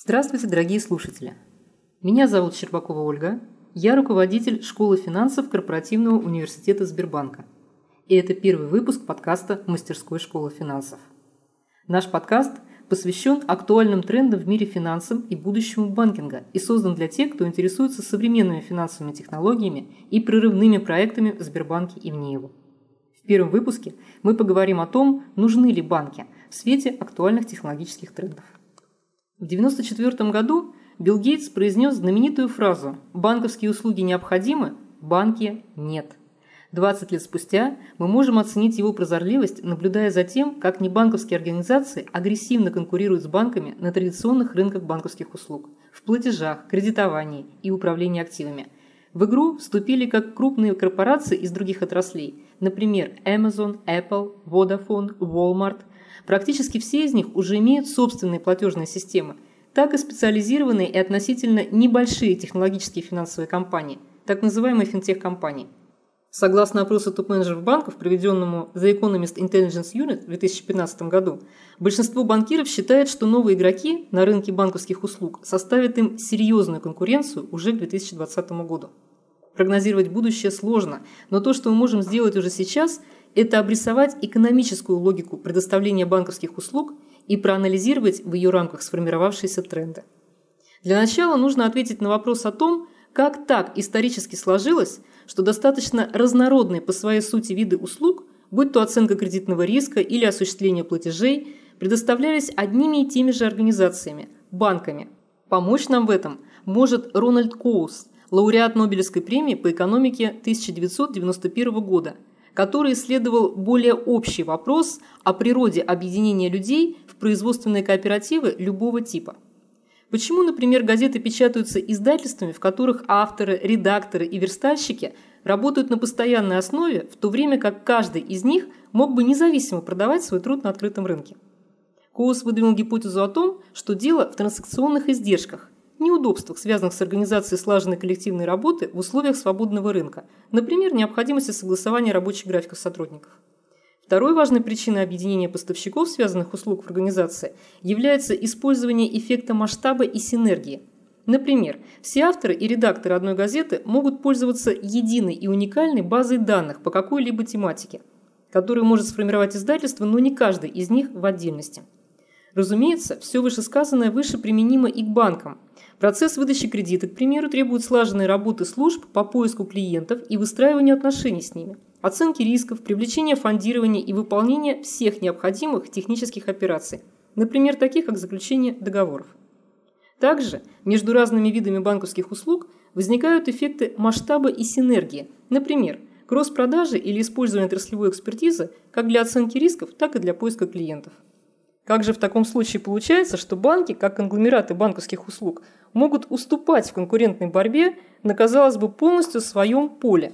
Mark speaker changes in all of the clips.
Speaker 1: Здравствуйте, дорогие слушатели! Меня зовут Щербакова Ольга, я руководитель школы финансов Корпоративного университета Сбербанка. И это первый выпуск подкаста «Мастерской школы финансов». Наш подкаст посвящен актуальным трендам в мире финансов и будущему банкинга и создан для тех, кто интересуется современными финансовыми технологиями и прорывными проектами в Сбербанке и вне его. В первом выпуске мы поговорим о том, нужны ли банки в свете актуальных технологических трендов. В 1994 году Билл Гейтс произнес знаменитую фразу «Банковские услуги необходимы, банки нет». 20 лет спустя мы можем оценить его прозорливость, наблюдая за тем, как небанковские организации агрессивно конкурируют с банками на традиционных рынках банковских услуг, в платежах, кредитовании и управлении активами. В игру вступили как крупные корпорации из других отраслей, например, Amazon, Apple, Vodafone, Walmart. Практически все из них уже имеют собственные платежные системы, так и специализированные и относительно небольшие технологические финансовые компании, так называемые финтех-компании. Согласно опросу топ-менеджеров банков, проведенному The Economist Intelligence Unit в 2015 году, большинство банкиров считает, что новые игроки на рынке банковских услуг составят им серьезную конкуренцию уже к 2020 году. Прогнозировать будущее сложно, но то, что мы можем сделать уже сейчас, это обрисовать экономическую логику предоставления банковских услуг и проанализировать в ее рамках сформировавшиеся тренды. Для начала нужно ответить на вопрос о том, как так исторически сложилось, что достаточно разнородные по своей сути виды услуг, будь то оценка кредитного риска или осуществление платежей, предоставлялись одними и теми же организациями – банками. Помочь нам в этом может Рональд Коус, лауреат Нобелевской премии по экономике 1991 года, который исследовал более общий вопрос о природе объединения людей в производственные кооперативы любого типа. Почему, например, газеты печатаются издательствами, в которых авторы, редакторы и верстальщики работают на постоянной основе, в то время как каждый из них мог бы независимо продавать свой труд на открытом рынке? Коус выдвинул гипотезу о том, что дело в транзакционных издержках, неудобствах, связанных с организацией слаженной коллективной работы в условиях свободного рынка, например, необходимости согласования рабочих графиков сотрудников. Второй важной причиной объединения поставщиков связанных услуг в организации является использование эффекта масштаба и синергии. Например, все авторы и редакторы одной газеты могут пользоваться единой и уникальной базой данных по какой-либо тематике, которую может сформировать издательство, но не каждый из них в отдельности. Разумеется, все вышесказанное выше применимо и к банкам. Процесс выдачи кредита, к примеру, требует слаженной работы служб по поиску клиентов и выстраиванию отношений с ними, оценки рисков, привлечения фондирования и выполнения всех необходимых технических операций, например, таких как заключение договоров. Также между разными видами банковских услуг возникают эффекты масштаба и синергии, например, кросс-продажи или использование отраслевой экспертизы как для оценки рисков, так и для поиска клиентов. Как же в таком случае получается, что банки, как конгломераты банковских услуг, могут уступать в конкурентной борьбе на, казалось бы, полностью своем поле?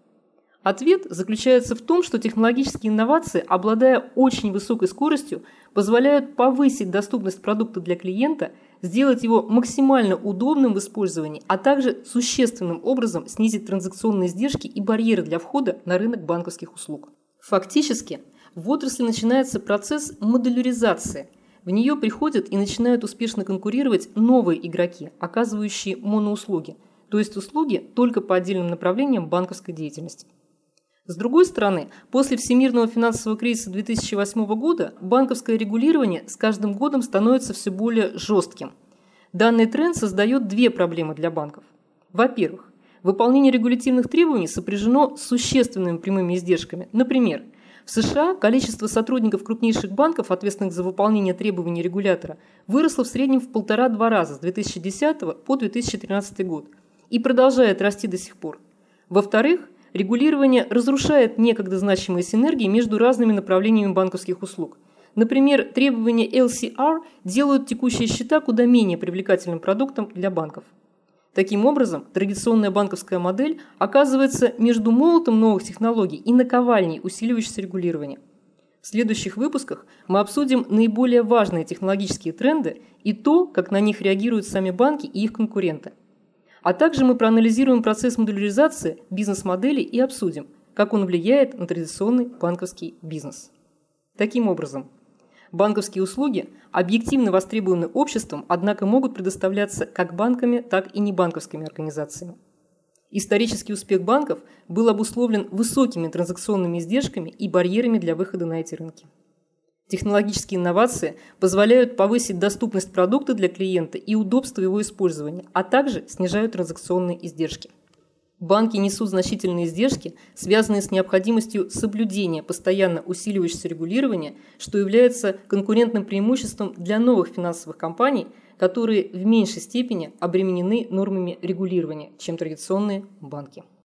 Speaker 1: Ответ заключается в том, что технологические инновации, обладая очень высокой скоростью, позволяют повысить доступность продукта для клиента, сделать его максимально удобным в использовании, а также существенным образом снизить транзакционные издержки и барьеры для входа на рынок банковских услуг. Фактически, в отрасли начинается процесс модуляризации. В нее приходят и начинают успешно конкурировать новые игроки, оказывающие моноуслуги, то есть услуги только по отдельным направлениям банковской деятельности. С другой стороны, после всемирного финансового кризиса 2008 года банковское регулирование с каждым годом становится все более жестким. Данный тренд создает две проблемы для банков. Во-первых, выполнение регулятивных требований сопряжено с существенными прямыми издержками. Например, в США количество сотрудников крупнейших банков, ответственных за выполнение требований регулятора, выросло в среднем в 1,5-2 раза с 2010 по 2013 год и продолжает расти до сих пор. Во-вторых, регулирование разрушает некогда значимые синергии между разными направлениями банковских услуг. Например, требования LCR делают текущие счета куда менее привлекательным продуктом для банков. Таким образом, традиционная банковская модель оказывается между молотом новых технологий и наковальней усиливающегося регулирования. В следующих выпусках мы обсудим наиболее важные технологические тренды и то, как на них реагируют сами банки и их конкуренты. А также мы проанализируем процесс модуляризации бизнес-моделей и обсудим, как он влияет на традиционный банковский бизнес. Таким образом, Банковские услуги объективно востребованы обществом, однако могут предоставляться как банками, так и небанковскими организациями. Исторический успех банков был обусловлен высокими транзакционными издержками и барьерами для выхода на эти рынки. Технологические инновации позволяют повысить доступность продукта для клиента и удобство его использования, а также снижают транзакционные издержки. Банки несут значительные издержки, связанные с необходимостью соблюдения постоянно усиливающегося регулирования, что является конкурентным преимуществом для новых финансовых компаний, которые в меньшей степени обременены нормами регулирования, чем традиционные банки.